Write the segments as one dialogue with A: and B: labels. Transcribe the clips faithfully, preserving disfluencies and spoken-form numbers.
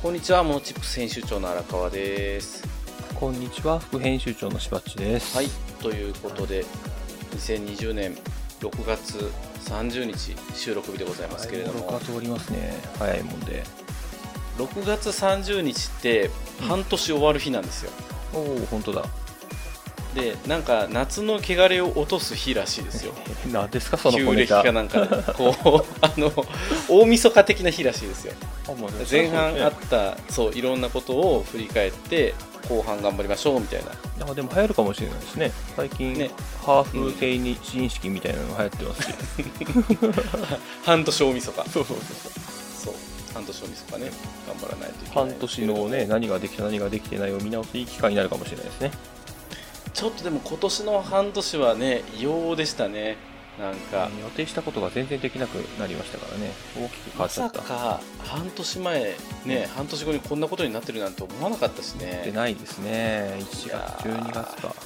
A: こんにちは、モノチップス編集長の荒川です。
B: こんにちは、副編集長のしばっちです。
A: はい、ということで、にせんにじゅうねんろくがつさんじゅうにち収録日でございますけれども、
B: ろくがつ終わりますね、早いもんで。
A: ろくがつさんじゅうにちって半年終わる日なんですよ。
B: うん、おお、本当だ。
A: で、なんか夏の汚れを落とす日らしいですよ。
B: 何ですかその
A: 旧暦かなんかでこうあの大晦日的な日らしいですよ。前半あったそういろんなことを振り返って後半頑張りましょうみたいな。
B: あ、でも流行るかもしれないですね。最近、ね、ハーフ成人式みたいなのが流行ってますし、うん、
A: 半年大晦日。
B: そうそうそう
A: そう半年大晦日ね、頑張らないといけない。
B: 半年のね、何ができた何ができてないを見直すいい機会になるかもしれないですね。
A: ちょっとでも今年の半年はね異様でしたね。なんか、
B: 予定したことが全然できなくなりましたからね。大きく変わっちゃった。
A: まさか半年前ね、うん、半年後にこんなことになってるなんて思わなかったしね。
B: ってないですね。いちがつじゅうにがつか、ね、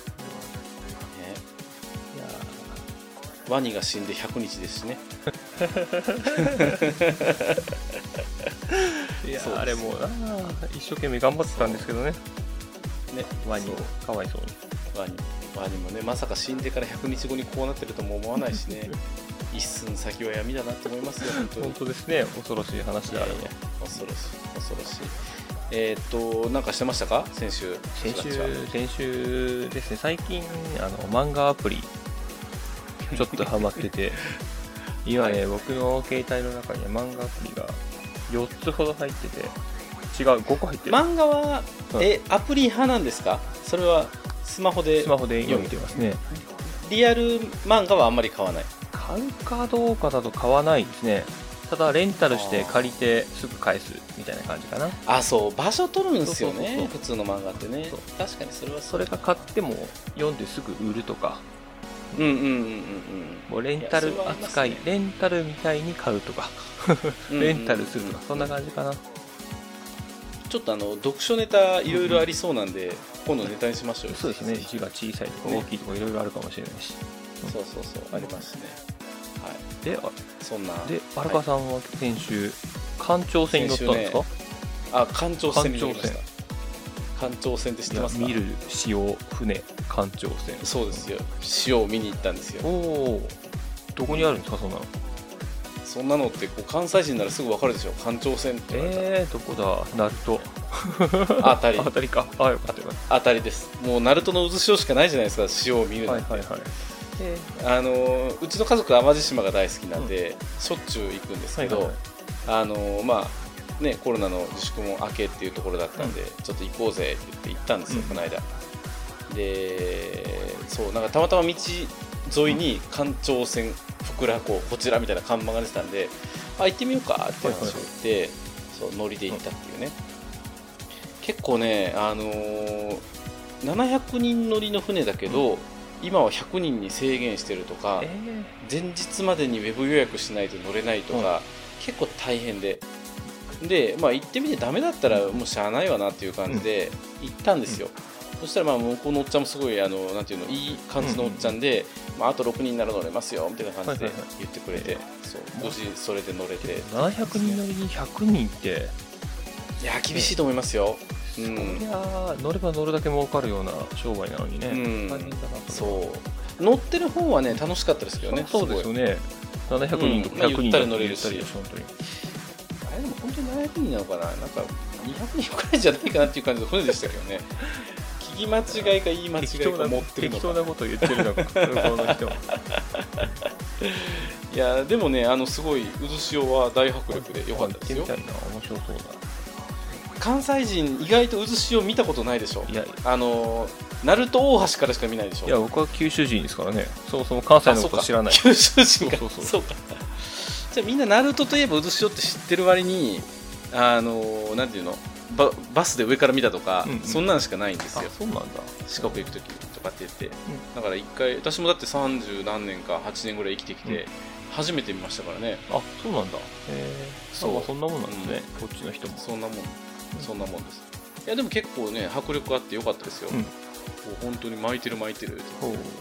A: いやワニが死んでひゃくにちですしね。
B: いやあれもうな一生懸命頑張ってたんですけどね。ね、ワニかわいそうに。
A: ワニワニもね、まさか死んでからひゃくにちごにこうなってるとも思わないしね。一寸先は闇だなと思いますよ。本当に
B: 本当ですね。恐ろしい話だあれね。
A: 恐ろしい恐ろしい。えー、っとなんかしてましたか先週。
B: 先週先週ですね。最近あの漫画アプリちょっとハマってて今ね、はい、僕の携帯の中には漫画アプリがよっつほど入ってて、違うごこ入ってる。
A: 漫画は、うん、えアプリ派なんですか？それはスマホで
B: スマホで読みてますね。
A: リアル漫画はあんまり買わない。
B: 買うかどうかだと買わないですね。ただレンタルして借りてすぐ返すみたいな感じかな。
A: あ、そう場所取るんですよね。そうそうそうそう、普通の漫画ってね。確かにそれは
B: そ, それが買っても読んですぐ売るとか、
A: うんうんうんうんうん、
B: もうレンタル扱い、ね、レンタルみたいに買うとかレンタルするとか、そんな感じかな。
A: ちょっとあの読書ネタいろいろありそうなんで、うん、今度ネタにしましょう。
B: そうですね。字が小さいとか大きいとかいろいろあるかもしれないし、
A: うん、そうそうそう、ありますね。はい。
B: で、あ
A: そんな
B: で荒川さんは先週環状線に乗ったんですか？ね、
A: あ、環状線に乗りました。環状線って知ってますか？
B: 見る潮船環状線。
A: そうですよ。潮を見に行ったんですよ。
B: おお。どこにあるんですかそんなの？
A: そんなのってこう関西人ならすぐ分かるでしょ。環状線って言われたら。
B: えー、どこだ？ナルト。
A: あたり。
B: あたりか。あ、よかったよかった。
A: あたりです。もうナルトの渦潮しかないじゃないですか。潮を見るなんて。
B: はいはいはい。
A: えー、あのうちの家族は淡路島が大好きなんで、うん、しょっちゅう行くんですけど、はいはい、あのまあねコロナの自粛も明けっていうところだったんで、うん、ちょっと行こうぜって言って行ったんですよ、うん、この間。で、そうなんかたまたま道沿いに環状線福良港こちらみたいな看板が出てたんで、あ行ってみようかって話を言って、はいはい、そう乗りで行ったっていうね。結構ね、あのー、ななひゃくにん乗りの船だけど、うん、今はひゃくにんに制限してるとか、えー、前日までにウェブ予約しないと乗れないとか、うん、結構大変で、で、まあ、行ってみてダメだったらもうしゃあないわなっていう感じで行ったんですよ。うん、そしたらまあ向こうのおっちゃんもすごいあのなんていうのいい感じのおっちゃんで、うん、まあ、あとろくにんなら乗れますよみたいな感じで言ってくれて、そう無事それで乗れて。
B: ななひゃくにん乗りにひゃくにんって
A: いや厳しいと思いますよ。
B: うん、いや乗れば乗るだけ儲かるような商売なのにね、うん、大変だなと。
A: そう乗ってる方はね楽しかったですけどね。
B: そうですよね。ななひゃくにんとかひゃくにん
A: だったら乗れるし、
B: 本当に
A: あれでも本当にななひゃくにんなのかな、なんかにひゃくにんくらいじゃないかなっていう感じの船でしたけどね。聞き間違いか言い間違いか持ってるのか、
B: 適当なこと言ってるのか向こうの人
A: いやでもね、あのすごい渦潮は大迫力で良かったですよ。
B: 行ってみたいな、面白そうだ。
A: 関西人意外と渦潮見たことないでしょ。いやあの鳴門大橋からしか見ないでしょ。
B: いや僕は九州人ですからね。そもそも関西のこと知らない。
A: 九州人か。そうそうそうそうか。じゃあみんな鳴門といえば渦潮って知ってる割にあのなんていうの バ, バスで上から見たとか、うんうん、そんなのしかないんですよ。
B: あ、そうなんだ。
A: 四国行く時とかって言って、うん、だから一回私もだって三十何年かはちねんぐらい生きてきて、うん、初めて見ましたからね。
B: あ、そうなんだ。へえ。そう、そんなもんなんですね、うん、こっちの人も。
A: そんなもんそんなもんです。いやでも結構ね迫力あってよかったですよ。うん、本当に巻いてる巻いてるって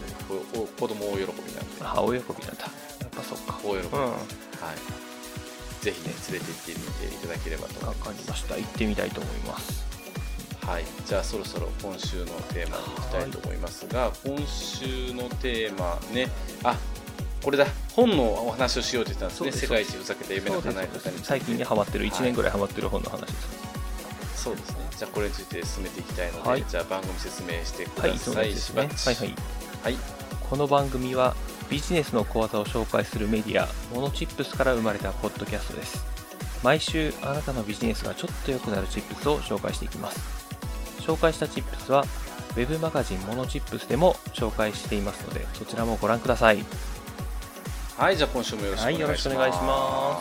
A: 子供大喜びなんで。
B: あ、大喜びなんだ。やっぱそっか。
A: 大喜び、うん、はい。 ぜひね連れて行ってみていただければと思います。
B: わかりました。行ってみたいと思います。
A: はい、じゃあそろそろ今週のテーマに行きたいと思いますが、今週のテーマね、あ、これだ、本のお話をしようと言ったんですね。世界一ふざけた夢の叶え方について。
B: 最近にハマってる、いちねんぐらいハマってる本の話です。
A: そうですね。じゃあこれについて進めていきたいので、
B: はい、
A: じゃあ番組説明してください。はい、
B: そうですね。はいはい。
A: はい。
B: この番組はビジネスの講座を紹介するメディア、モノチップスから生まれたポッドキャストです。毎週あなたのビジネスがちょっと良くなるチップスを紹介していきます。紹介したチップスはウェブマガジンモノチップスでも紹介していますので、そちらもご覧ください。
A: はい、じゃあ今週もよろしくお願いします。はい、よろしくお願いします。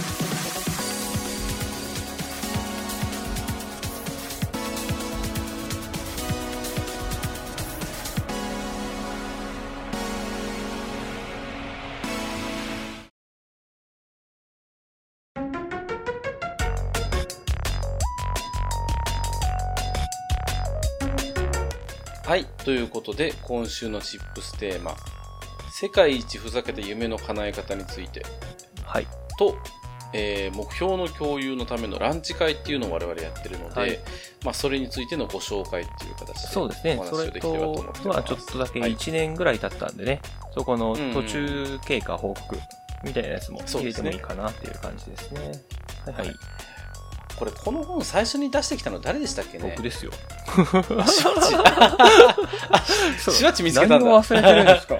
A: はい、ということで今週のチップステーマ、世界一ふざけた夢の叶え方について、
B: はい、
A: と、えー、目標の共有のためのランチ会っていうのを我々やってるので、はい、まあ、それについてのご紹介っていう形でお話をできればと思ってます。
B: それと、まあ、ちょっとだけいちねんぐらい経ったんでね、はい、そこの途中経過報告みたいなやつも入れてもいいかなっていう感じですね。はいはい。
A: これこの本最初に出してきたの誰でしたっけね。
B: 僕ですよ。
A: しわちしわち見つけたんだ。
B: 何を忘れてるんですか。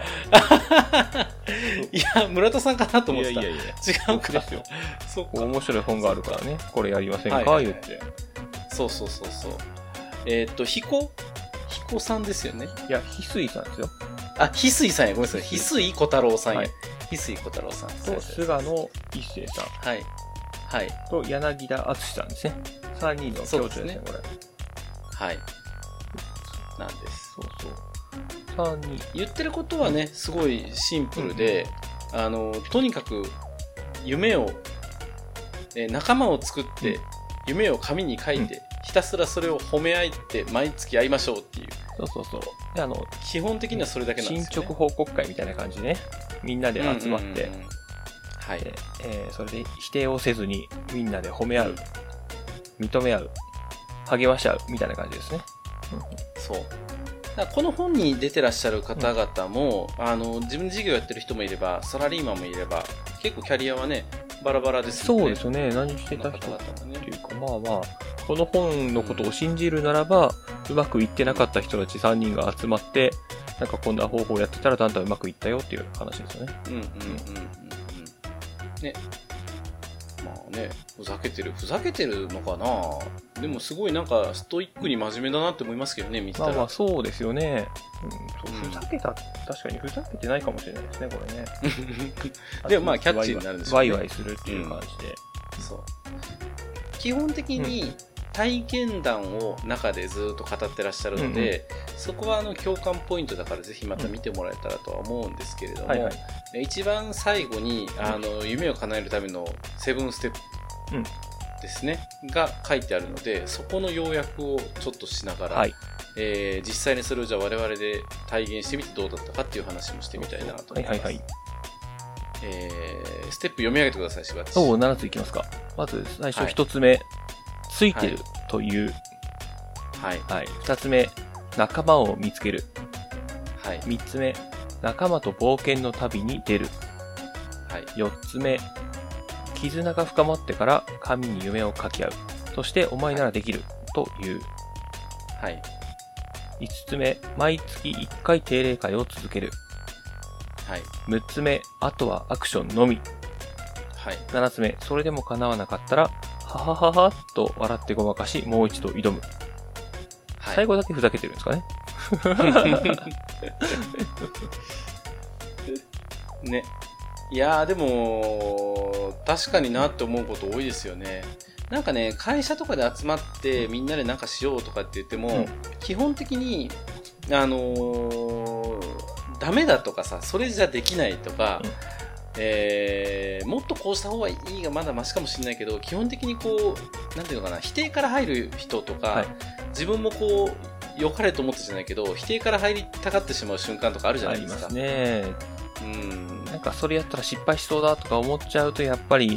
A: いや村田さんかなと思ってた。
B: いやいやいや
A: 違うか。
B: ですよ。
A: そうか。
B: 面白い本があるからね、これやりませんか、はいはいはい、言って。
A: そうそうそうそう。えー、っと彦彦さんですよね。
B: いや翡翠さんですよ。
A: あ、翡翠さんや、ごめんなさい。翡翠小太郎さんや。はい、翡翠小太郎さん
B: と菅野一生さん。
A: はい。はい、
B: と柳田敦さんですね。さんにんの共著ですね、これ。
A: はい。なんです。
B: そうそう。さんにん。
A: 言ってることはね、すごいシンプルで、うん、あの、とにかく夢を、え仲間を作って、うん、夢を紙に書いて、うん、ひたすらそれを褒め合いって毎月会いましょうっていう。
B: そうそうそう。で、あの、
A: 基本的にはそれだけなんですよね。
B: 進捗報告会みたいな感じでね、みんなで集まって、うんうんうん、
A: はい、
B: えー、それで否定をせずにみんなで褒め合う、うん、認め合う、励まし合うみたいな感じですね。
A: そう。だからこの本に出てらっしゃる方々も、うん、あの自分で事業やってる人もいればサラリーマンもいれば結構キャリアはねバラバラですよね。
B: そうですよね。何してた人っていうか、まあまあこの本のことを信じるならば、うん、うまくいってなかった人たちさんにんが集まってなんかこんな方法をやってたらだんだんうまくいったよっていう話ですよね。
A: うんうんうんうん。ね、まあね、ふざけてるふざけてるのかな。でもすごいなんかストイックに真面目だなって思いますけどね、見てたら。
B: まあまあそうですよね。うん、そうふざけた、確かにふざけてないかもしれないですね、これね。
A: でもまあキャッチーになるんですよね。
B: ワイワイするっていう感じで、
A: うん、そう。基本的に体験談を中でずっと語ってらっしゃるので、うんうん、そこはあの共感ポイントだからぜひまた見てもらえたらとは思うんですけれども、はいはい、一番最後にあの夢を叶えるためのセブンステップですね、うん、が書いてあるので、そこの要約をちょっとしながら、はい、えー、実際にそれをじゃあ我々で体現してみてどうだったかっていう話もしてみたいなと思います。はいはいはい、えー、ステップ読み上げてください、しばっち。
B: おお、ななついきますか。まず最初ひとつめ、はい、ついてるという、
A: はい
B: はい、ふたつめ、仲間を見つける、
A: はい、
B: みっつめ、仲間と冒険の旅に出る、
A: はい、
B: よっつめ、絆が深まってから紙に夢を書き合う、そしてお前ならできる、はい、という、
A: はい、
B: いつつめ、毎月いっかい定例会を続ける、
A: はい、
B: むっつめ、あとはアクションのみ、
A: はい、
B: ななつめ、それでも叶わなかったらははははと笑ってごまかし、もう一度挑む。はい、最後だけふざけてるんですかね。
A: ね。いやーでも確かになって思うこと多いですよね。なんかね、会社とかで集まってみんなでなんかしようとかって言っても、うん、基本的にあのー、ダメだとかさ、それじゃできないとか、うん、えー、もっとこうした方がいいがまだマシかもしれないけど、基本的にこうなんていうのかな、否定から入る人とか、はい、自分もこう良かれと思ってじゃないけど否定から入りたがってしまう瞬間とかあるじゃないですか。
B: ありますね。うん、なんかそれやったら失敗しそうだとか思っちゃうとやっぱり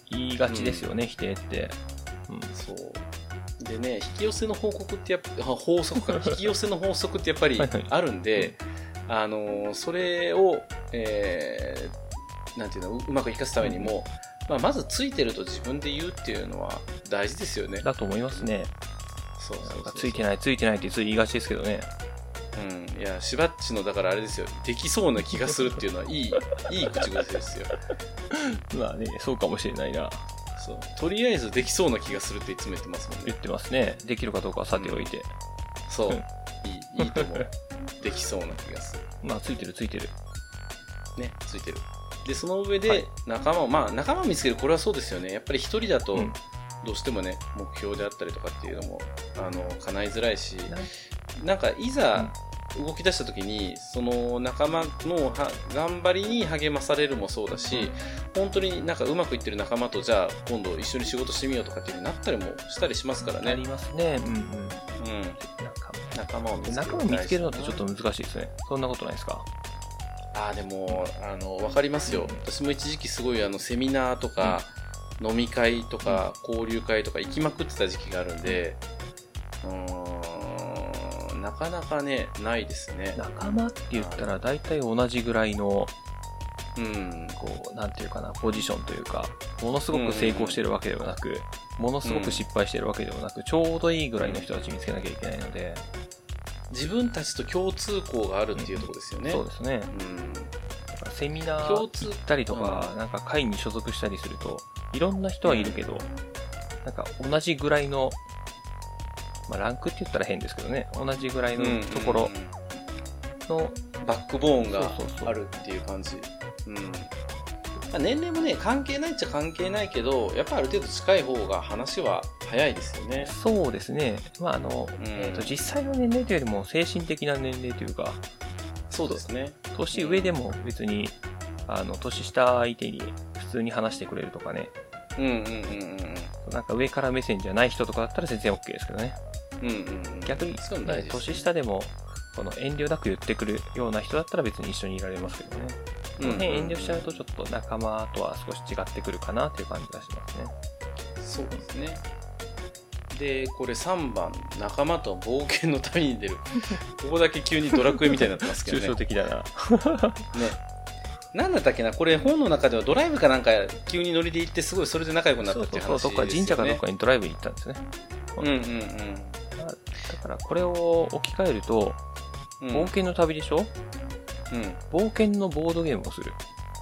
B: 言いがちですよね、うん、否定って、
A: うん、そうでね、引き寄せの報告ってやっぱ法則か引き寄せの法則ってやっぱりあるんではい、はい、あのそれを、えー、なんていうのうまく生かすためにも、まあ、まずついてると自分で言うっていうのは大事ですよね。
B: だと思いますね。
A: そうそうそうそう、
B: ついてないついてないってつい言いがちですけどね。
A: うん、いやしばっちのだからあれですよ、できそうな気がするっていうのはいいいい口癖ですよ。
B: まあね、そうかもしれないな。
A: そうとりあえずできそうな気がするっていつも言ってますもんね。
B: 言ってますね。できるかどうかはさておいて、うん、
A: そういいいいと思う。できそうな気がする。
B: まあついてるついてる
A: ね、ついてる。でその上で仲間を、はい、まあ仲間を見つける、これはそうですよね。やっぱり一人だとどうしてもね、うん、目標であったりとかっていうのもあの叶いづらいし、なんかいざ動き出した時にその仲間の頑張りに励まされるもそうだし、本当になんかうまくいってる仲間とじゃあ今度一緒に仕事してみようとかっていう風になったりもしたりしますからね。
B: ありますね。うんうん。うん、
A: 仲間を見つける。
B: 仲間を見つけるのってちょっと難しいですね。そんなことないですか？
A: ああでもあの分かりますよ。私も一時期すごいあのセミナーとか、うん、飲み会とか、うん、交流会とか行きまくってた時期があるんで、うーんなかなかねないですね。
B: 仲間って言ったら大体同じぐらいの、
A: うん、
B: こうなんていうかな、ポジションというか、ものすごく成功してるわけではなく、うん、ものすごく失敗してるわけではなく、ちょうどいいぐらいの人たち見つけなきゃいけないので、
A: 自分たちと共通項があるっていうところですよね。
B: うん、そうですね。うん、セミナー行ったりとか、うん、なんか会に所属したりすると、いろんな人はいるけど、うん、なんか同じぐらいの、まあ、ランクって言ったら変ですけどね、同じぐらいのところの
A: バックボーンがあるっていう感じ。うん、まあ、年齢もね関係ないっちゃ関係ないけど、やっぱある程度近い方が話は早いですよね。
B: そうですね。まああの、うん、えーと、実際の年齢というよりも精神的な年齢というか、
A: そうですね。
B: 年上でも別に、うん、あの年下相手に普通に話してくれるとかね。
A: うんうんうんうん。
B: なんか上から目線じゃない人とかだったら全然 OK ですけどね。
A: うんうんうん、
B: 逆に、ね、年下でもこの遠慮なく言ってくるような人だったら別に一緒にいられますけどね。この辺遠慮しちゃうとちょっと仲間とは少し違ってくるかなという感じがします
A: ね。そうですね。でこれさんばん、仲間と冒険の旅に出る。ここだけ急にドラクエみたいになってますけどね。
B: 抽象的だな。ね。
A: なんだったっけな、これ本の中ではドライブかなんか急に乗りで行ってすごいそれで仲良くなったっていう話ですよね。
B: そうそうそう、どっか神社かどっかにドライブに行ったんですね。
A: うんうんうん。
B: だからこれを置き換えると、うん、冒険の旅でしょ、うん、冒険のボードゲームをする。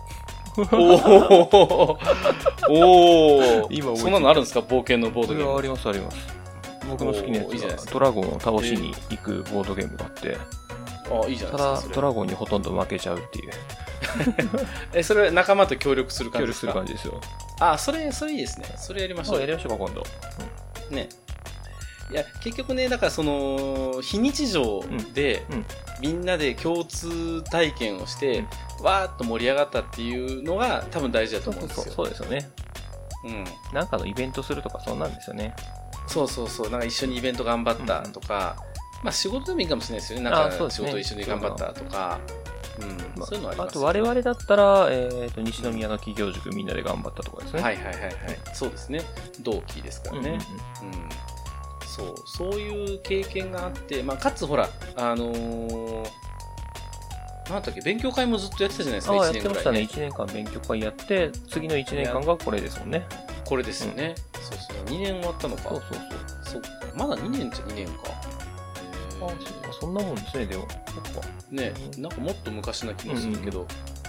A: おーおー今そんなのあるんですか？冒険のボードゲーム。
B: ありますあります。僕の好きなやつはドラゴンを倒しに行くボードゲームがあって、
A: あいいじゃないですか。
B: ただドラゴンにほとんど負けちゃうっていう。
A: えそれは仲間と協力する感じですか？
B: 協力する感じですよ。
A: あそれそれいいですね。それやりましょう。
B: やりましょうか今度。
A: うん、ね。いや結局ね、だからその非日常で、うんうん、みんなで共通体験をして、うん、わーっと盛り上がったっていうのが多分大事だと思うんですよ。
B: そうそうそうですよね。うん。なんかのイベントするとかそんなんですよね。
A: そうそうそう。なんか一緒にイベント頑張ったとか、うん、まあ仕事でもいいかもしれないですよね。なんか仕事一緒に頑張ったとか。うん、まあ、そういうのあります、ね、あと我
B: 々だったら、えー、と西宮の企業塾みんなで頑張ったとかですね。
A: はいはいはいはい。そうですね。同期ですからね。うん、うんうん、そうそういう経験があって、まあ、かつほらあのー、なんだっけ勉強会もずっとやってたじゃないですか。
B: ああ、いちねんぐらい、ね、やってましたね。いちねんかん勉強会やって次のいちねんかんがこれですもんね。
A: これですよね、うん、そうそうにねん終わったのか。
B: そうそう
A: そうそうまだにねんじゃにねんか。
B: ああ、そうか、そんなもんですね。でもそっか
A: ね、なんかもっと昔な気もするけど、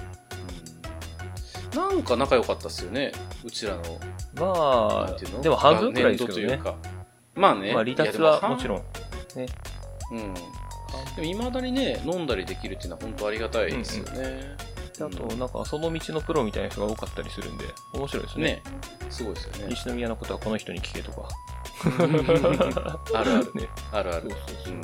A: うんうん、なんか仲良かったっすよね、うちらの。
B: まあでも半分くらいですけどね。
A: まあね、
B: まあ、離脱はもちろんね。
A: うん。でも未だにね飲んだりできるっていうのは本当ありがたいですよね。
B: うんうん、あとなんかその道のプロみたいな人が多かったりするんで面白いですね。ね、
A: すごいですよね。
B: 西宮のことはこの人に聞けとか。
A: あるあるね。あるある。そうそうそう。うん、ね、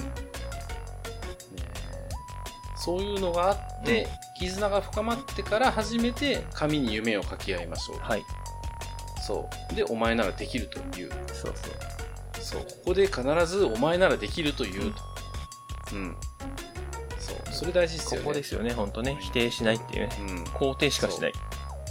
A: そういうのがあって、うん、絆が深まってから初めて紙に夢を書き合いましょう。
B: はい。
A: そうでお前ならできるという。
B: そうそう。
A: そうここで必ずお前ならできるというと、うん、うん、そうそれ大事ですよね。
B: ここですよね本当ね。否定しないっていうね、うん、肯定しかしない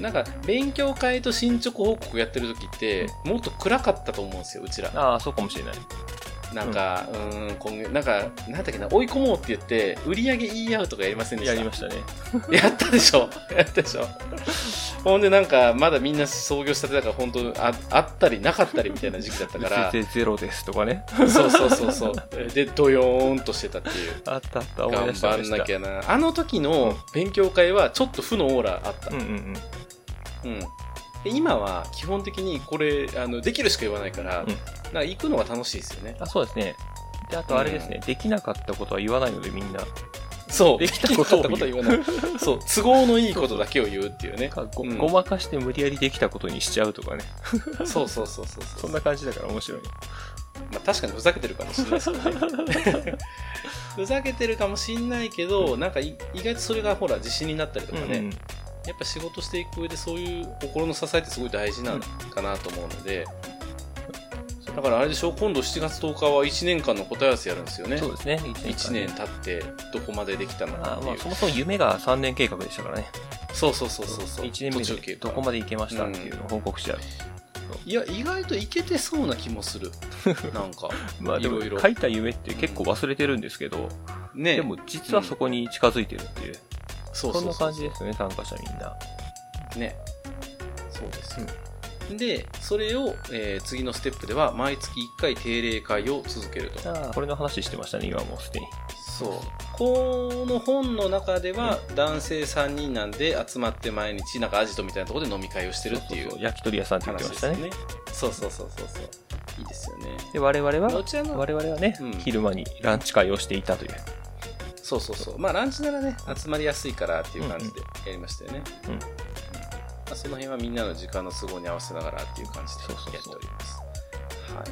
A: なんか勉強会と進捗報告やってる時ってもっと暗かったと思うんですようちら。
B: ああそうかもしれない。
A: なんか、うん、うーん今月なんかなんだっけな、追い込もうって言って売り上げ言い合うとかやりませんでした？
B: やりましたね。
A: やったでしょやったでしょほんでなんかまだみんな創業したてだから本当 あ, あったりなかったりみたいな時期だったから
B: 全然ゼロですとかね。
A: そうそうそうそうでドヨーンとしてたっていう。
B: あったあった思い出した。
A: 頑張んなきゃな。あの時の勉強会はちょっと負のオーラあった。
B: うんうんうん
A: うん、で今は基本的にこれあのできるしか言わないから、うん、なんか行くのが楽しいですよね。
B: あ、そうですね。であとあれですね、うん、できなかったことは言わないのでみんな。
A: そうできたことは言わないそう都合のいいことだけを言うっていうね。
B: そうそう ご, ごまかして無理やりできたことにしちゃうとかね。
A: そうそうそうそうそう
B: そんな感じだから面白い。
A: まあ確かにふざけてるかもしれないですけどねふざけてるかもしんないけど、うん、なんか意外とそれがほら自信になったりとかね、うんうん、やっぱ仕事していく上でそういう心の支えってすごい大事なのかなと思うので、うん、だからあれでしょ、今度しちがつとおかはいちねんかんの答え合わせやるんですよね。
B: そうですね。
A: いちねん経ってどこまでできたのかっていう。
B: あ、まあ、そもそも夢がさんねん計画でしたからね。
A: そうそうそうそうそう。
B: いちねんめでどこまでいけましたっていうのを報告しちゃう。
A: うん、いや意外といけてそうな気もする。なんか
B: まあでもいろいろ書いた夢って結構忘れてるんですけど、うん、ね、でも実はそこに近づいてるっていう、うん、そんな感じですね、参加者みんな。
A: ね、そうですよ。うん、でそれを、えー、次のステップでは毎月いっかい定例会を続けると。
B: ああ、これの話してましたね、今もうすでに。
A: そう、この本の中では男性さんにんなんで集まって毎日なんかアジトみたいなところで飲み会をしてるっていう、
B: そうそうそう、焼き鳥屋さんって言ってましたね。
A: そうそうそうそうそう、いいですよね。
B: で我々は我々はね、うん、昼間にランチ会をしていたという。
A: そうそうそう、まあランチならね集まりやすいからっていう感じでやりましたよね。うんうん、まあ、その辺はみんなの時間の都合に合わせながらっていう感じでやっております。はい。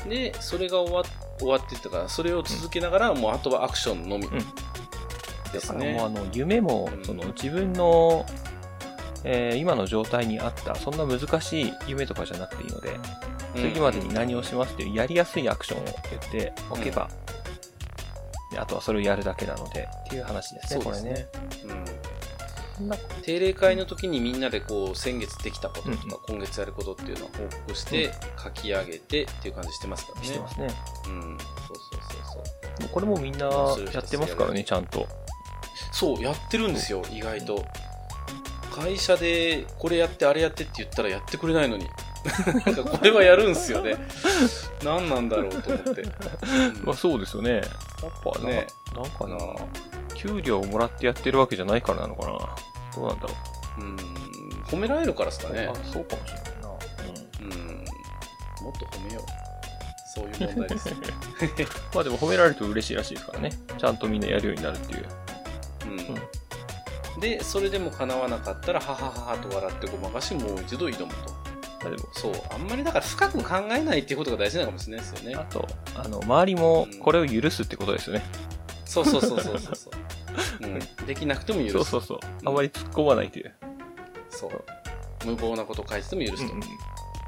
A: でそれが終わ終わっていったから、それを続けながら、うん、もうあとはアクションのみですね。
B: だからもうあの夢も、うん、その自分の、えー、今の状態に合ったそんな難しい夢とかじゃなくていいので、次までに何をしますっていうやりやすいアクションを言っておけば、うん、であとはそれをやるだけなのでっていう話ですね。
A: そうですね。
B: これね。
A: うん、定例会の時にみんなでこう先月できたこととか、うんうん、今月やることっていうのを報告して書き上げてっていう感じしてますからね。
B: してますね。
A: うん、そうそうそうそう。
B: これもみんなやってますからね、ちゃんと。
A: そうやってるんですよ、意外と。会社でこれやってあれやってって言ったらやってくれないのに。なんかこれはやるんすよね。何なんだろうと思って。うん、
B: まあそうですよね。やっぱね、なんかな、給料をもらってやってるわけじゃないからなのかな。どうなんだろう。
A: うん、褒められるからですかね。
B: あ、そうかもしれないな。
A: うん、うん、もっと褒めよう。そういう問題です。
B: まあでも褒められると嬉しいらしいですからね。ちゃんとみんなやるようになるっていう。
A: うん。うん、でそれでも叶わなかったらははははと笑ってごまかしもう一度挑むと。でもそう、あんまりだから深く考えないっていうことが大事なのかもしれないですよね。
B: あとあの周りもこれを許すってことですよね。
A: うん、そうそうそうそうそうそう、うん、できなくても許す。
B: そうそうそう、あまり突っ込まないという、
A: そう、無謀なことを書いてても許すと、うんうんうん、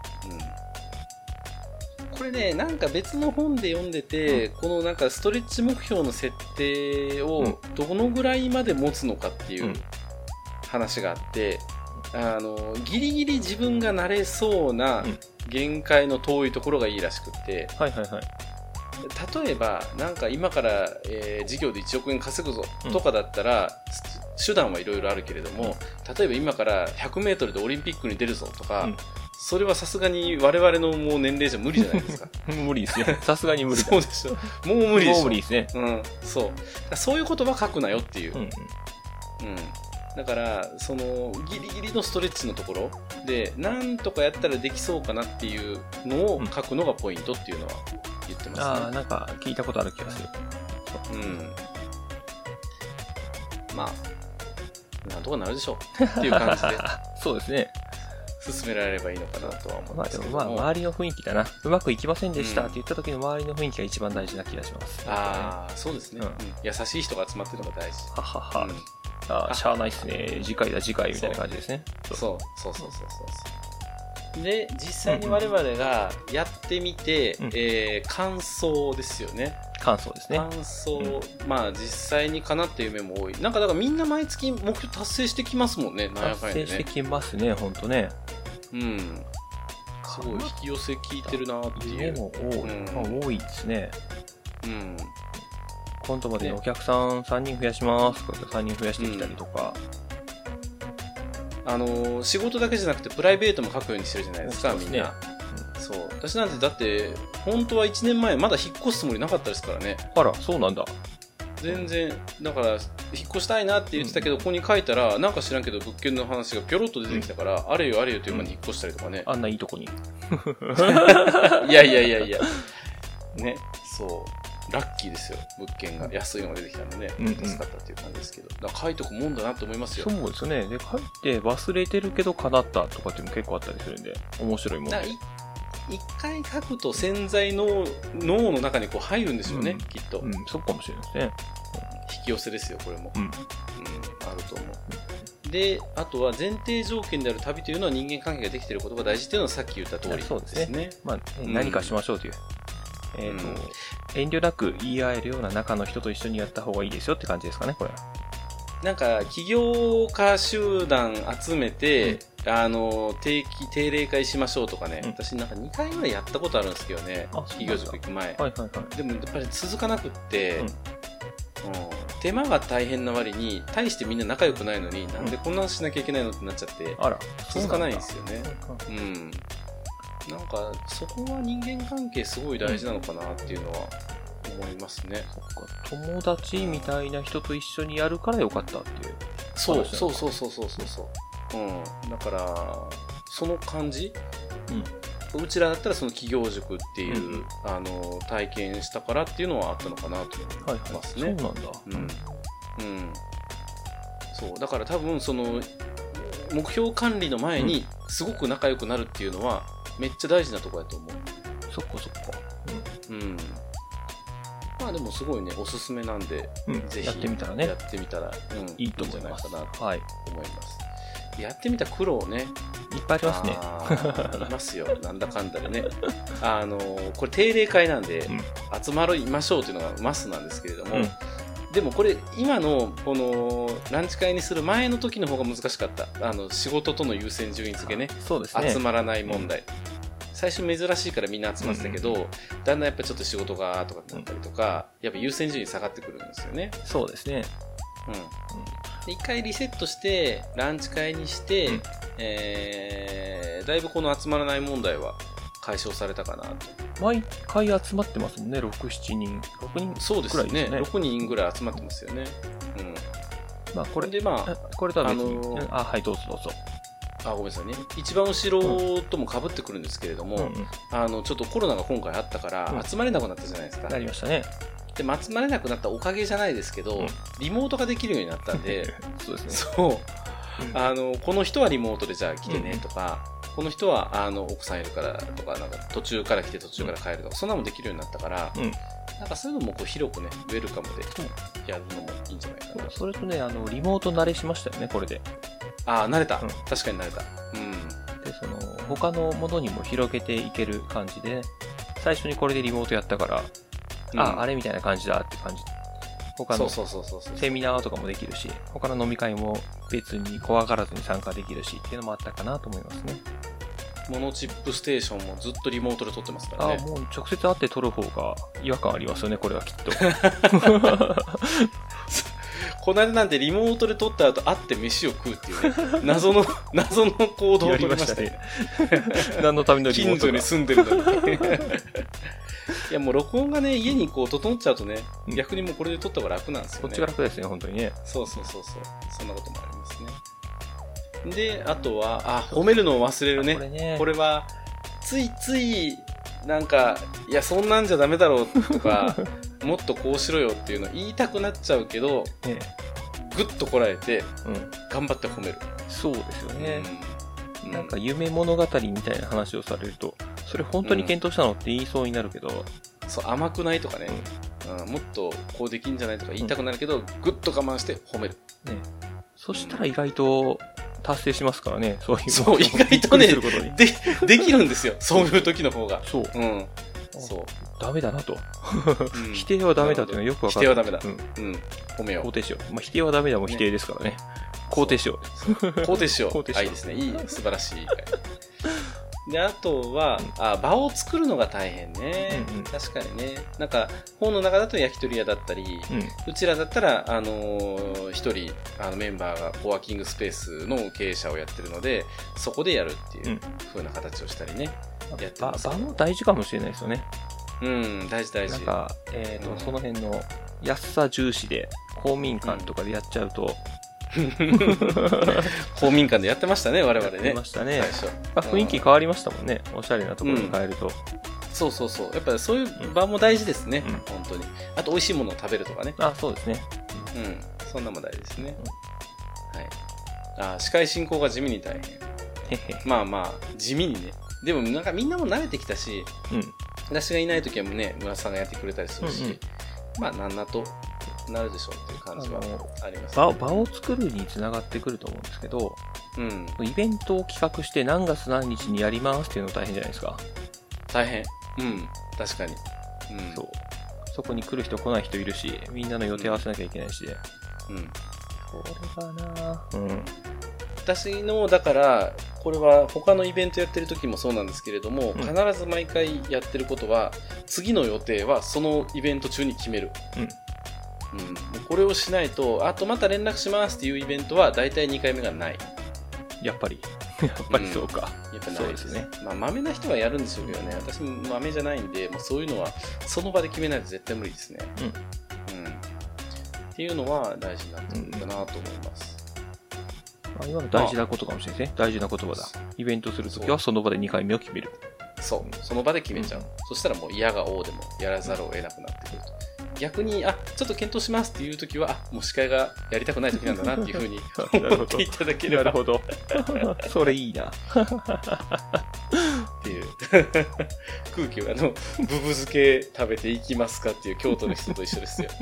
A: これねなんか別の本で読んでて、うん、このなんかストレッチ目標の設定をどのぐらいまで持つのかっていう話があって、あのギリギリ自分がなれそうな限界の遠いところがいいらしくて、
B: はいはいはい、
A: 例えばなんか今から、えー、事業でいちおくえん稼ぐぞとかだったら、うん、手段はいろいろあるけれども、例えば今からひゃくメートルでオリンピックに出るぞとか、うん、それはさすがに我々のもう年齢じゃ無理じゃないですか。
B: 無理ですね。さすがに無理だ。
A: そうでしょ。もう無理でしょ。
B: もう無理ですね。
A: うん、そう。そういう言葉書くなよっていう。うん、うんうん、だからそのギリギリのストレッチのところでなんとかやったらできそうかなっていうのを書くのがポイントっていうのは言ってますね。
B: ああ、なんか聞いたことある気がする。
A: うん。まあなんとかなるでしょうっていう感じで
B: そうですね、
A: 進められればいいのかなとは思いますけども。
B: まあでもまあ周りの雰囲気だな、うまくいきませんでしたって言った時の周りの雰囲気が一番大事な気がします。
A: うん、ああそうですね、うんうん、優しい人が集まってるのが大事。
B: ははは、うん、ああしゃあないっすね、次回だ次回みたいな感じですね。
A: そうそうそうそうそうそう。で実際に我々がやってみて、うんうん、えー、感想ですよね。
B: 感想ですね。
A: 感想、うん、まあ実際に叶った夢も多い。なんかだからみんな毎月目標達成してきますもんね。
B: 達成してきますね、ほんとね。
A: うん。すごい引き寄せ聞いてるなっていう。
B: 夢も多い、うんまあ、多いですね。
A: うん。
B: 今度までにお客さんさんにん増やしますとかさんにん増やしてきたりとか。
A: うん、あのー、仕事だけじゃなくてプライベートも書くようにしてるじゃないですか、みんな。そう。私なんてだって本当はいちねんまえまだ引っ越すつもりなかったですからね。
B: あら、そうなんだ。
A: 全然だから引っ越したいなって言ってたけど、うん、ここに書いたらなんか知らんけど物件の話がピョロッと出てきたから、うん、あれよあれよという間に引っ越したりとかね、
B: うん、あんないいとこに
A: いやいやいやいやね、そうラッキーですよ。物件が安いのが出てきたので、ね、助かったっていう感じですけど、だから書いとくもんだなと思いますよ。
B: そうですね。で書いて忘れてるけど叶ったとかっていうのも結構あったりするんで面白いもんで、
A: 一回書くと潜在の脳の中にこう入るんですよね、うん、きっと、
B: うん、そうかもしれないですね。
A: 引き寄せですよこれも、
B: うんうん、
A: あると思う。であとは前提条件である旅というのは人間関係ができていることが大事というのはさっき言った通りですね。そうですね、
B: まあ、何かしましょうという、うんえーとうん、遠慮なく言い合えるような仲の人と一緒にやった方がいいですよって感じですかねこれは。
A: なんか起業家集団集めて、うん、あの定期定例会しましょうとかね、うん、私なんかにかいぐらいやったことあるんですけどね、起業塾行く前、
B: はいはいはい、
A: でもやっぱり続かなくって、うんうん、手間が大変な割に大してみんな仲良くないのに、うん、なんでこんなのしなきゃいけないのってなっちゃって、
B: あら
A: 続かないんですよね。うん、なんかそこは人間関係すごい大事なのかなっていうのは思いますね。
B: そっか、友達みたいな人と一緒にやるからよかったっていう。
A: そうそうそうそうそうそうそう、うん、だからその感じ、うん、うちらだったらその起業塾っていう、うん、あの体験したからっていうのはあったのかなと思いますね。
B: はいはい、そうなんだ。
A: うん、うん、そうだから多分その目標管理の前にすごく仲良くなるっていうのはめっちゃ大事なところだと思う。
B: そっかそっか。
A: うん。うんまあでもすごいねおすすめなんで、
B: うん、
A: ぜひ
B: やってみたらね
A: やってみたら、うん、
B: いいと思います。
A: いいんじゃないかなと
B: はい、
A: 思います、はい、やってみた苦労ね
B: いっぱいありますね。
A: あありますよなんだかんだでねあのこれ定例会なんで、うん、集まりましょうというのがマスなんですけれども、うん、でもこれ今のこのランチ会にする前の時の方が難しかった。あの仕事との優先順位付けね、
B: そうですね、
A: 集まらない問題、うん最初珍しいからみんな集まってたけど、うんうん、だんだんやっぱちょっと仕事がとかになったりとか、うん、やっぱ優先順位下がってくるんですよね。
B: そうですね。
A: うん。で一回リセットしてランチ会にして、うん、えー、だいぶこの集まらない問題は解消されたかなと。
B: 毎回集まってますもんね。ろく、しちにん、ろくにんくらいですね。
A: そうですね。ろくにんぐらい集まってますよね。うん。
B: まあこれ
A: でまあ
B: これとは別に、
A: あのー、
B: あはいどうぞどうぞ。
A: あごめんなさいね、一番後ろとも被ってくるんですけれども、うんうん、あのちょっとコロナが今回あったから集まれなくなったじゃないですか、
B: うん、なりましたね。
A: で集まれなくなったおかげじゃないですけど、うん、リモートができるようになったんで
B: そうですね、
A: そう、うん、あのこの人はリモートでじゃあ来てねとか、うん、この人はあの奥さんいるからとか、なんか途中から来て途中から帰るとか、うん、そんなのもできるようになったから、うん、なんかそういうのもこう広くねウェルカムでやるのもいいんじゃないかな。
B: それとね、あのリモート慣れしましたよねこれで。
A: ああ慣れた、うん、確かに慣れた。うん。
B: でその他のものにも広げていける感じで、ね、最初にこれでリモートやったから、うん、ああれみたいな感じだって感じ。他のセミナーとかもできるし、他の飲み会も別に怖がらずに参加できるしっていうのもあったかなと思いますね。
A: モノチップステーションもずっとリモートで撮ってますからね。
B: あもう直接会って撮る方が違和感ありますよねこれはきっと。
A: この間なんてリモートで撮った後会って飯を食うっていうね謎の謎の行動を取りましたね。
B: 何のためのリモートが
A: 近所に住んでるのに。いやもう録音がね家にこう整っちゃうとね、うん、逆にもうこれで撮った方が楽なんですよね。
B: こっちが楽ですね本当にね。
A: そうそうそうそうそんなこともありますね。であとはあ褒めるのを忘れるね。これねこれはついついなんかいやそんなんじゃダメだろうとかもっとこうしろよっていうの言いたくなっちゃうけど、ね、ぐっとこらえて、うん、頑張って褒める。
B: そうですよね、うん、なんか夢物語みたいな話をされるとそれ本当に検討したのって言いそうになるけど、
A: うん、そう甘くないとかね、うんうん、もっとこうできんじゃないとか言いたくなるけど、うん、ぐっと我慢して褒める、
B: ね、そしたら意外と達成しますからね。そういう
A: そう意外とねでできるんですよそういう時の方が。
B: そう、
A: うん、そう
B: ダメだなと、
A: うん、
B: 否定はダメだっていうのはよくわかる。
A: 否定はダメだ、
B: うん、
A: うん、褒めよう。
B: 肯定しよう。まあ、否定はダメだも否定ですからね。肯定しよう。
A: 肯定しよう。
B: 肯定しよう。
A: あ、いいですね。いい、素晴らしい。で、あとは、うん、あ、場を作るのが大変ね、うんうん。確かにね。なんか、本の中だと焼き鳥屋だったり、うん、うちらだったら、あのー、一人、あのメンバーがコワーキングスペースの経営者をやってるので、そこでやるっていう風な形をしたりね。うん、やってます。
B: 場も大事かもしれないですよね。
A: うん、大事大事。
B: なんか、えっと、うん、その辺の安さ重視で、公民館とかでやっちゃうと、うん
A: 公民館でやってましたね、我々ね。
B: やってましたね。最初。まあ、雰囲気変わりましたもんね。おしゃれなところに変えると、うん。
A: そうそうそう。やっぱりそういう場も大事ですね、うん、本当に。あと美味しいものを食べるとかね。
B: あ、そうですね。
A: うん。そんなも大事ですね。うん、はい。あ、司会進行が地味に大変。まあまあ、地味にね。でもなんかみんなも慣れてきたし、うん、私がいない時はもうね、村さんがやってくれたりするし、うんうん、まあなんなとなるでしょうっていう感じはあります、ね、
B: 場, 場を作るにつながってくると思うんですけど、うん、イベントを企画して何月何日にやりますっていうの大変じゃないですか。
A: 大変。うん、確かに。
B: うん、そう。そこに来る人来ない人いるし、みんなの予定合わせなきゃいけないしで。うん。これがなぁ。うん。
A: 私の、だから、これは他のイベントやってる時もそうなんですけれども、うん、必ず毎回やってることは、次の予定はそのイベント中に決める。うんうん、これをしないと、あとまた連絡しますっていうイベントは大体にかいめがない。
B: やっぱり。やっぱりそうか。
A: うん、やっぱないですね。まあ、豆な人はやるんでしょうけどね。私も豆じゃないんで、もうそういうのはその場で決めないと絶対無理ですね。うん。うん、っていうのは大事になってくるかなと思います。
B: まあ、今の大事なことかもしれないですね。大事な言葉だ。イベントするときはその場でにかいめを決める。
A: そう。その場で決めちゃう。うん、そしたらもう嫌が応でもやらざるを得なくなってくると。逆に、あ、ちょっと検討しますっていうときは、あ、もう司会がやりたくないときなんだなっていうふうに思っていただければ。
B: なるほど。それいいな。
A: っていう空気を、あの、ブブ漬け食べていきますかっていう京都の人と一緒ですよ。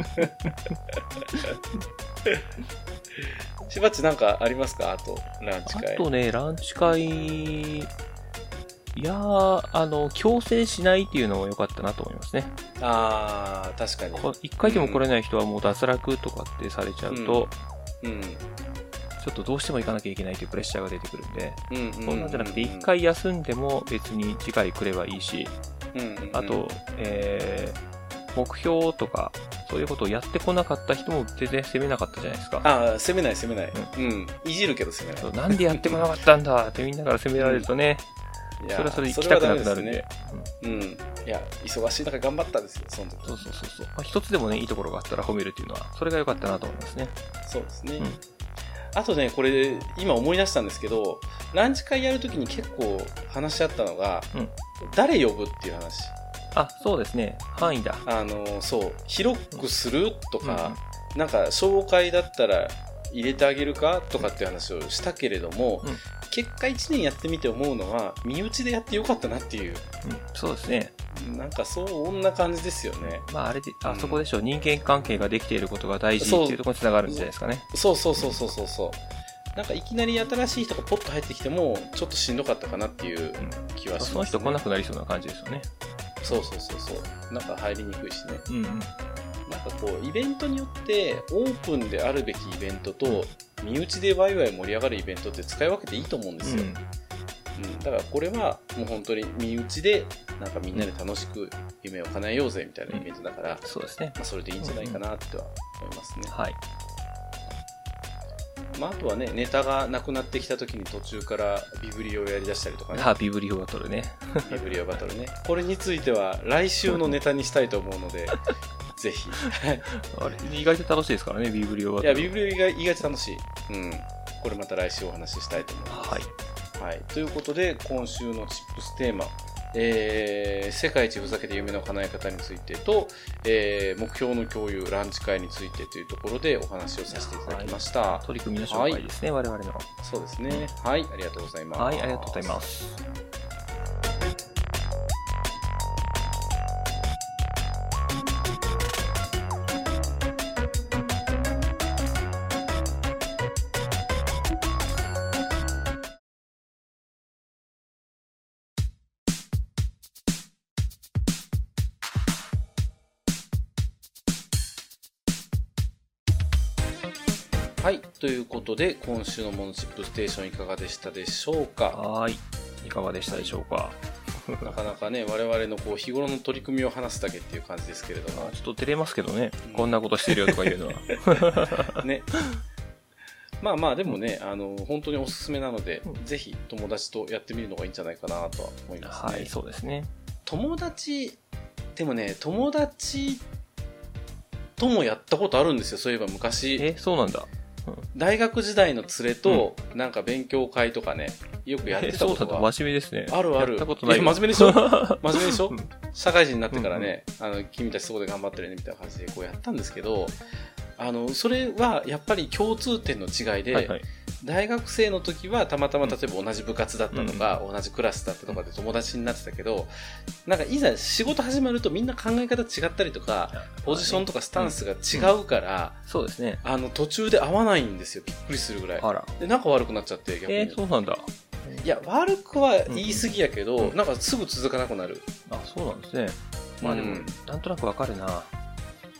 A: しばっちなんかありますか？あと、ランチ会。
B: あとね、ランチ会、いやー、あの、強制しないっていうのも良かったなと思いますね。
A: あー、確かに。
B: 一回でも来れない人はもう脱落とかってされちゃうと、うんうん、ちょっとどうしても行かなきゃいけないというプレッシャーが出てくるんで、うんうんうんうん、そうなんじゃなくて、一回休んでも別に次回来ればいいし、うんうんうん、あと、えー、目標とか、そういうことをやってこなかった人も全然責めなかったじゃないですか。
A: ああ、責めない責めない。うん。うん、いじるけど責めない。
B: そう、なんでやってこなかったんだってみんなから責められるとね、いやそれはそれで行きたくなくなるんで。
A: ね、うん。うん。いや、忙しい中頑張ったんですよ、その時。
B: そうそうそうそう。まあ、一つでもね、いいところがあったら褒めるっていうのは、それが良かったなと思いますね。
A: そうですね。うん、あとね、これ、今思い出したんですけど、ランチ会やるときに結構話し合ったのが、うん、誰呼ぶっていう話。
B: あ、そうですね。範囲だ。
A: あの、そう、広くするとか、うん、なんか、紹介だったら入れてあげるかとかっていう話をしたけれども、うん、結果いちねんやってみて思うのは、身内でやってよかったなっていう。
B: うん、そうですね。
A: なんか、そんな感じですよね。
B: まあ、あれで、あそこでしょう、うん、人間関係ができていることが大事っていうところにつながるんじゃないですかね。
A: そうそうそうそうそうそう。なんかいきなり新しい人がポッと入ってきてもちょっとしんどかったかなっていう気はしますね。
B: その人来なくなりそうな感じですよね。
A: そうそうそうそう。なんか入りにくいしね。うんうん。なんかこうイベントによってオープンであるべきイベントと身内でワイワイ盛り上がるイベントって使い分けていいと思うんですよ。うん。うん、だからこれはもう本当に身内でなんかみんなで楽しく夢を叶えようぜみたいなイベントだから、
B: うん、そうですね。
A: まあそれでいいんじゃないかなっては思いますね。
B: うんうん、はい。
A: まあ、あとはね、ネタがなくなってきた時に途中からビブリオをやり出したりとかね。
B: あ、ビブリオバトルね。
A: ビブリオバトルね。これについては来週のネタにしたいと思うので、ぜひ。
B: あれ、意外と楽しいですからね、ビブリオバトル。
A: いや、ビブリオ意外意外と楽しい。うん。これまた来週お話ししたいと思います。
B: はい。
A: はい。ということで、今週のチップステーマ、えー、世界一ふざけて夢の叶え方についてと、えー、目標の共有、ランチ会についてというところでお話をさせていただきました。
B: はい、取り組みの紹介ですね、はい、我々の。
A: そうですね。はい、ありがとうございます。
B: はい、ありがとうございます。
A: はい、ということで今週のモノチップステーションいかがでしたでしょうか。
B: はい、いかがでしたでしょうか。
A: なかなかね、我々のこう日頃の取り組みを話すだけっていう感じですけれども、
B: ちょっと照れますけどね、うん、こんなことしてるよとか言うのは
A: ね。まあまあでもね、あの本当におすすめなので、うん、ぜひ友達とやってみるのがいいんじゃないかなとは思いますね。
B: はい、そうですね。
A: 友達でもね、友達ともやったことあるんですよ。そういえば昔。
B: え、そうなんだ。
A: うん、大学時代の連れと、うん、なんか勉強会とかね、よくやってたことが。
B: そうだ、真面目ですね。
A: あるある。
B: やったことない。
A: いや、真面目でしょ真面目でしょ、うん、社会人になってからね、うんうん、あの、君たちそこで頑張ってるね、みたいな感じでこうやったんですけど、あの、それはやっぱり共通点の違いで、はいはい、大学生の時はたまたま例えば同じ部活だったとか、うん、同じクラスだったとかで友達になってたけど、なんかいざ仕事始まるとみんな考え方違ったりとか、ポジションとかスタンスが違うから、
B: うんうん、そうですね。
A: あの、途中で合わないんですよ。びっくりするぐらい。
B: あら。
A: で、仲悪くなっちゃって、逆に。
B: えー、そうなんだ。
A: いや、悪くは言い過ぎやけど、うん、なんかすぐ続かなくなる。
B: あ、そうなんですね。まあでも、うん、なんとなくわかるな。
A: うん。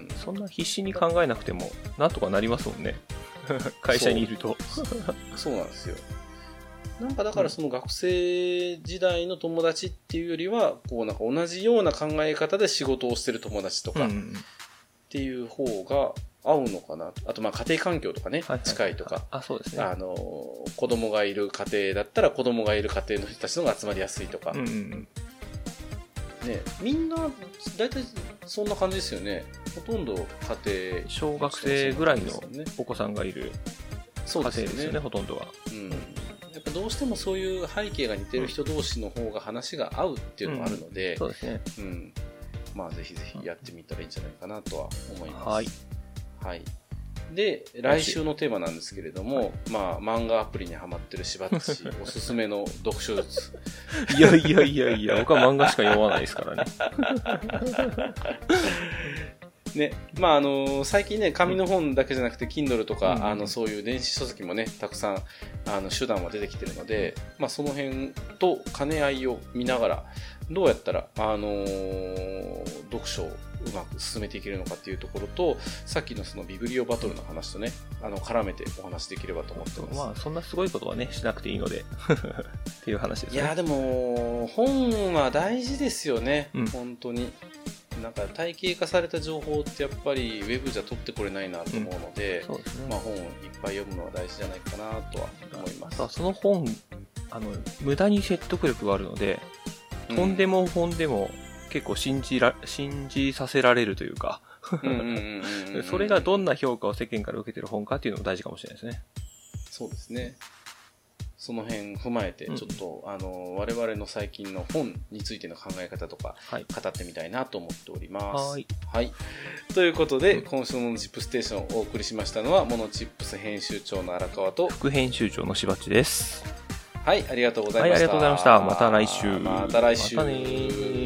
B: そんな必死に考えなくても、なんとかなりますもんね。会社にいると。
A: そう、そうなんですよ。なんかだからその学生時代の友達っていうよりは、こうなんか同じような考え方で仕事をしてる友達とかっていう方が合うのかな。あとまあ家庭環境とかね、はいはい、近いとか。
B: あ、そうですね。
A: あの、子供がいる家庭だったら子供がいる家庭の人たちの方が集まりやすいとか。
B: うんうん、
A: ね、みんな大体そんな感じですよね。ほとんど家庭
B: 小学生ぐらいのお子さんがいる家庭ですよね、ほとんどは。
A: うん、やっぱどうしてもそういう背景が似てる人同士の方が話が合うっていうのがあるので、
B: うん、そうですね。
A: うん、まあぜひぜひやってみたらいいんじゃないかなとは思います。
B: はい。
A: はい。で、来週のテーマなんですけれども、はい、まあ、漫画アプリにハマってるしばっちおすすめの読書術。
B: いやいやいやいや、僕は漫画しか読まないですからね。
A: ね、まああの最近ね、紙の本だけじゃなくて Kindle とか、
B: うん、
A: あのそういう電子書籍もね、たくさんあの手段は出てきてるので、まあその辺と兼ね合いを見ながら、どうやったらあのー、読書をうまく進めていけるのかっていうところと、さっきのそのビブリオバトルの話とね、あの絡めてお話できればと思ってます。
B: まあそんなすごいことはねしなくていいのでっていう話ですね。
A: いやでも本は大事ですよね、うん、本当に。なんか体系化された情報ってやっぱりウェブじゃ取ってこれないなと思うので、
B: うん、そうですね、
A: まあ本をいっぱい読むのは大事じゃないかなとは思います。
B: その本あの無駄に説得力があるので、とんでも本でも結構信じら信じさせられるというか、それがどんな評価を世間から受けてる本かっていうのも大事かもしれないですね。
A: そうですね。その辺踏まえてちょっと、うん、あの我々の最近の本についての考え方とか語ってみたいなと思っております。
B: はい。
A: はい。ということで、うん、今週のモノチップステーションをお送りしましたのはモノチップス編集長の荒川と
B: 副編集長のしばっちです。
A: はい、ありがとうございました。
B: はい、ありがとうございました。また来週。
A: また来週。
B: またね。